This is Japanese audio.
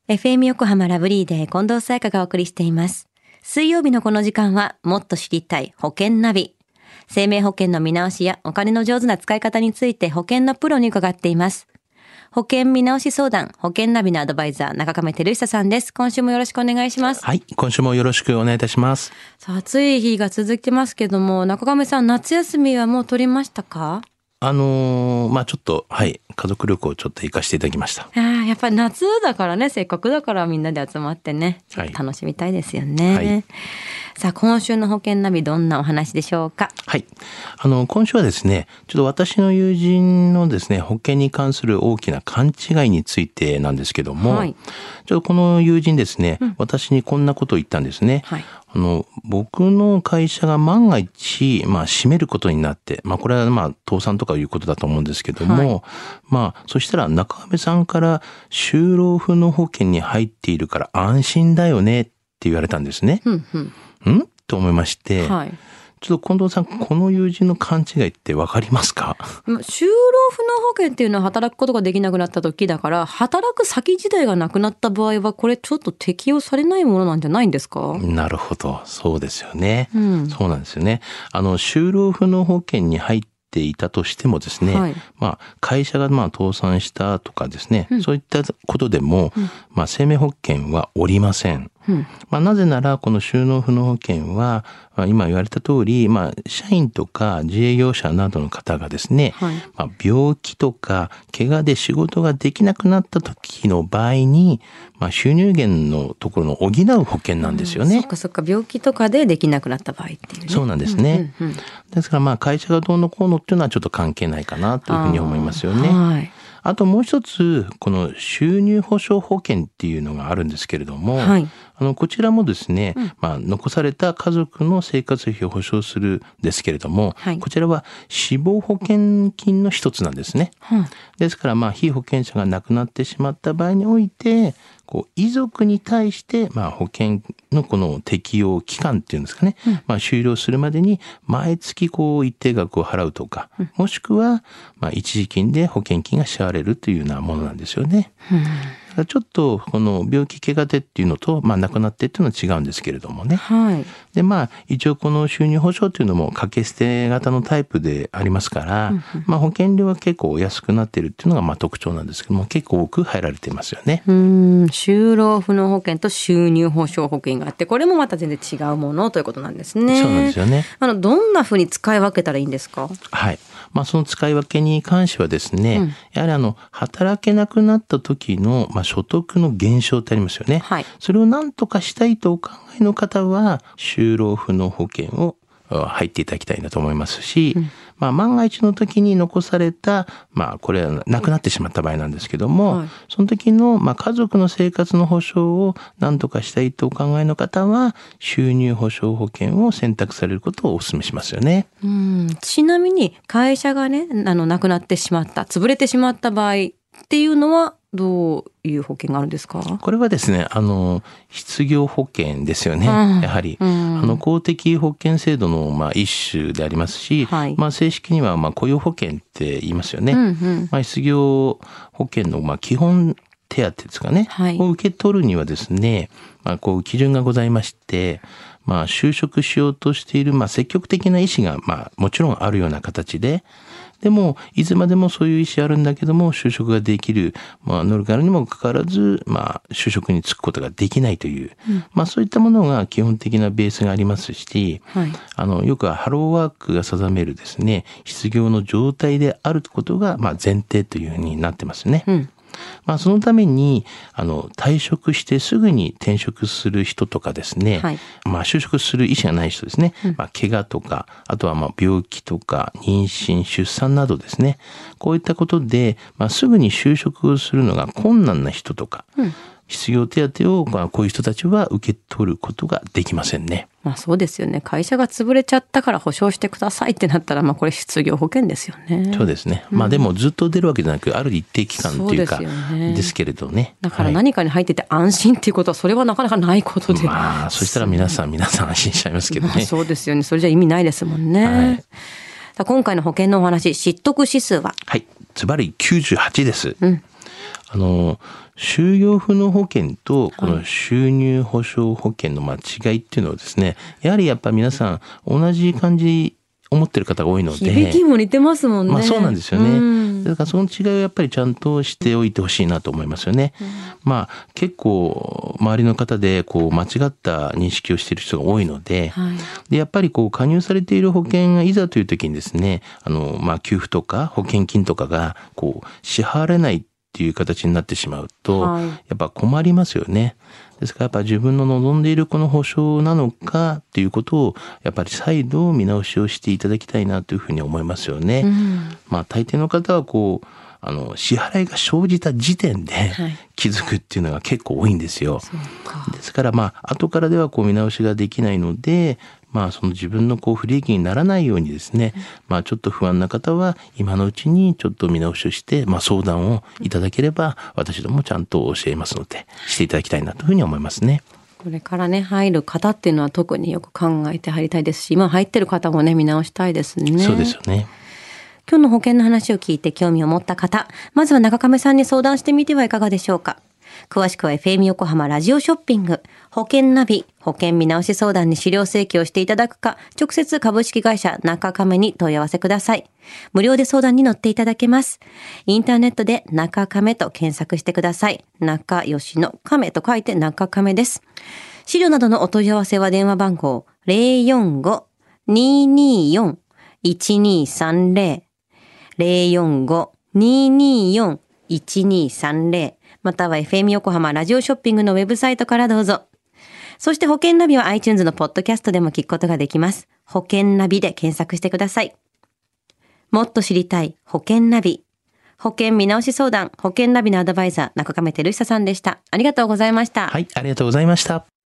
FM 横浜ラブリーで近藤沙耶香がお送りしています。水曜日のこの時間はもっと知りたい保険ナビ。生命保険の見直しやお金の上手な使い方について保険のプロに伺っています。保険見直し相談、保険ナビのアドバイザー、中亀照久さんです。今週もよろしくお願いします。 はい、今週もよろしくお願いいたします。 さあ、暑い日が続いてますけども、中亀さん、夏休みはもう取りましたか？ ちょっと、家族旅行をちょっと行かせていただきました。 やっぱり夏だからね、せっかくだからみんなで集まってね、ちょっと楽しみたいですよね。さあ、今週の保険ナビ、どんなお話でしょうか？ はい。今週はですね、ちょっと私の友人のですね、保険に関する大きな勘違いについてなんですけども、ちょっとこの友人ですね、私にこんなことを言ったんですね。僕の会社が万が一、閉めることになって、これは倒産とかいうことだと思うんですけども、そしたら中亀さんから就労不能保険に入っているから安心だよねって言われたんですね。と思いまして、ちょっと近藤さん、この友人の勘違いってわかりますか？ 就労不能保険っていうのは働くことができなくなった時だから、働く先自体がなくなった場合は、これちょっと適用されないものなんじゃないんですか？ なるほど。そうですよね。そうなんですよね。就労不能保険に入っていたとしてもですね、会社が倒産したとかですね、そういったことでも、生命保険はおりません。なぜならこの就労不能保険は、今言われた通り、社員とか自営業者などの方がですね、病気とか怪我で仕事ができなくなった時の場合に、収入源のところの補う保険なんですよね。 そっか、病気とかでできなくなった場合っていうね。 そうなんですね。ですから会社がどうのこうのっていうのはちょっと関係ないかなというふうに思いますよね。あともう一つ、この収入保障保険っていうのがあるんですけれども、こちらもですね、残された家族の生活費を保障するんですけれども、こちらは死亡保険金の一つなんですね。ですから被保険者が亡くなってしまった場合において、遺族に対して保険のこの適用期間っていうんですかね、終了するまでに毎月一定額を払うとか、もしくは一時金で保険金が支払われるというようなものなんですよね。ちょっとこの病気怪我でっていうのと、亡くなってっていうのは違うんですけれどもね。で一応この収入保障というのも掛け捨て型のタイプでありますから、保険料は結構安くなっているっていうのが特徴なんですけども、結構多く入られていますよね。 就労不能保険と収入保障保険があって、これもまた全然違うものということなんですね。 そうなんですよね。 どんなふうに使い分けたらいいんですか？ その使い分けに関してはですね、やはり働けなくなった時の、所得の減少ってありますよね。それを何とかしたいとお考えの方は、就労不能保険を入っていただきたいなと思いますし、万が一の時に残された、これは亡くなってしまった場合なんですけども、その時の、家族の生活の保障を何とかしたいとお考えの方は、収入保障保険を選択されることをお勧めしますよね。 ちなみに会社がね、亡くなってしまった、潰れてしまった場合っていうのはどういう保険があるんですか？これはですね、失業保険ですよね。やはり、公的保険制度の一種でありますし、正式には雇用保険って言いますよね。失業保険の基本手当ですかね、を受け取るにはですね、基準がございまして、就職しようとしている積極的な意思がもちろんあるような形で、でもいつまでもそういう意思あるんだけども就職ができる能力があるにもかかわらず就職に就くことができないという、そういったものが基本的なベースがありますし、よくはハローワークが定めるですね、失業の状態であることが前提というふうになってますね。そのために退職してすぐに転職する人とかですね、就職する意思がない人ですね、怪我とか、あとは病気とか妊娠出産などですね、こういったことで、すぐに就職をするのが困難な人とか、失業手当をこういう人たちは受け取ることができませんね。 そうですよね。会社が潰れちゃったから保証してくださいってなったら、これ失業保険ですよね。 そうですね。でもずっと出るわけじゃなく、ある一定期間っていうかですけれどね。 だから何かに入ってて安心っていうことは、それはなかなかないことで。 そしたら皆さん安心しちゃいますけどね。 そうですよね。それじゃ意味ないですもんね。今回の保険のお話、知得指数は？ ズバリ98です。 就業不能保険とこの収入保障保険の違いっていうのはですね、やはりやっぱ皆さん同じ感じ思ってる方が多いので、 響きも似てますもんね。 そうなんですよね。だからその違いをやっぱりちゃんとしておいてほしいなと思いますよね。結構周りの方で間違った認識をしている人が多いので、でやっぱり加入されている保険がいざという時にですね、給付とか保険金とかが支払われないっていう形になってしまうと、やっぱ困りますよね。ですからやっぱ自分の望んでいるこの保障なのかっていうことをやっぱり再度見直しをしていただきたいなというふうに思いますよね。大抵の方は支払いが生じた時点で気づくっていうのが結構多いんですよ。ですから後からでは見直しができないので、その自分の不利益にならないようにですね、ちょっと不安な方は今のうちにちょっと見直しをして、相談をいただければ私どもちゃんと教えますのでしていただきたいなというふうに思いますね。 これからね入る方っていうのは特によく考えて入りたいですし、今入ってる方もね見直したいですね。 そうですよね。 今日の保険の話を聞いて興味を持った方、まずは中亀さんに相談してみてはいかがでしょうか。詳しくは FM 横浜ラジオショッピング保険ナビ保険見直し相談に資料請求をしていただくか、直接株式会社中亀に問い合わせください。無料で相談に乗っていただけます。インターネットで中亀と検索してください。仲良しの亀と書いて中亀です。資料などのお問い合わせは電話番号 045-224-1230 045-224-1230または FM 横浜ラジオショッピングのウェブサイトからどうぞ。そして保険ナビは iTunes のポッドキャストでも聞くことができます。保険ナビで検索してください。もっと知りたい保険ナビ。保険見直し相談、保険ナビのアドバイザー、中亀照久さんでした。ありがとうございました。 はい、ありがとうございました。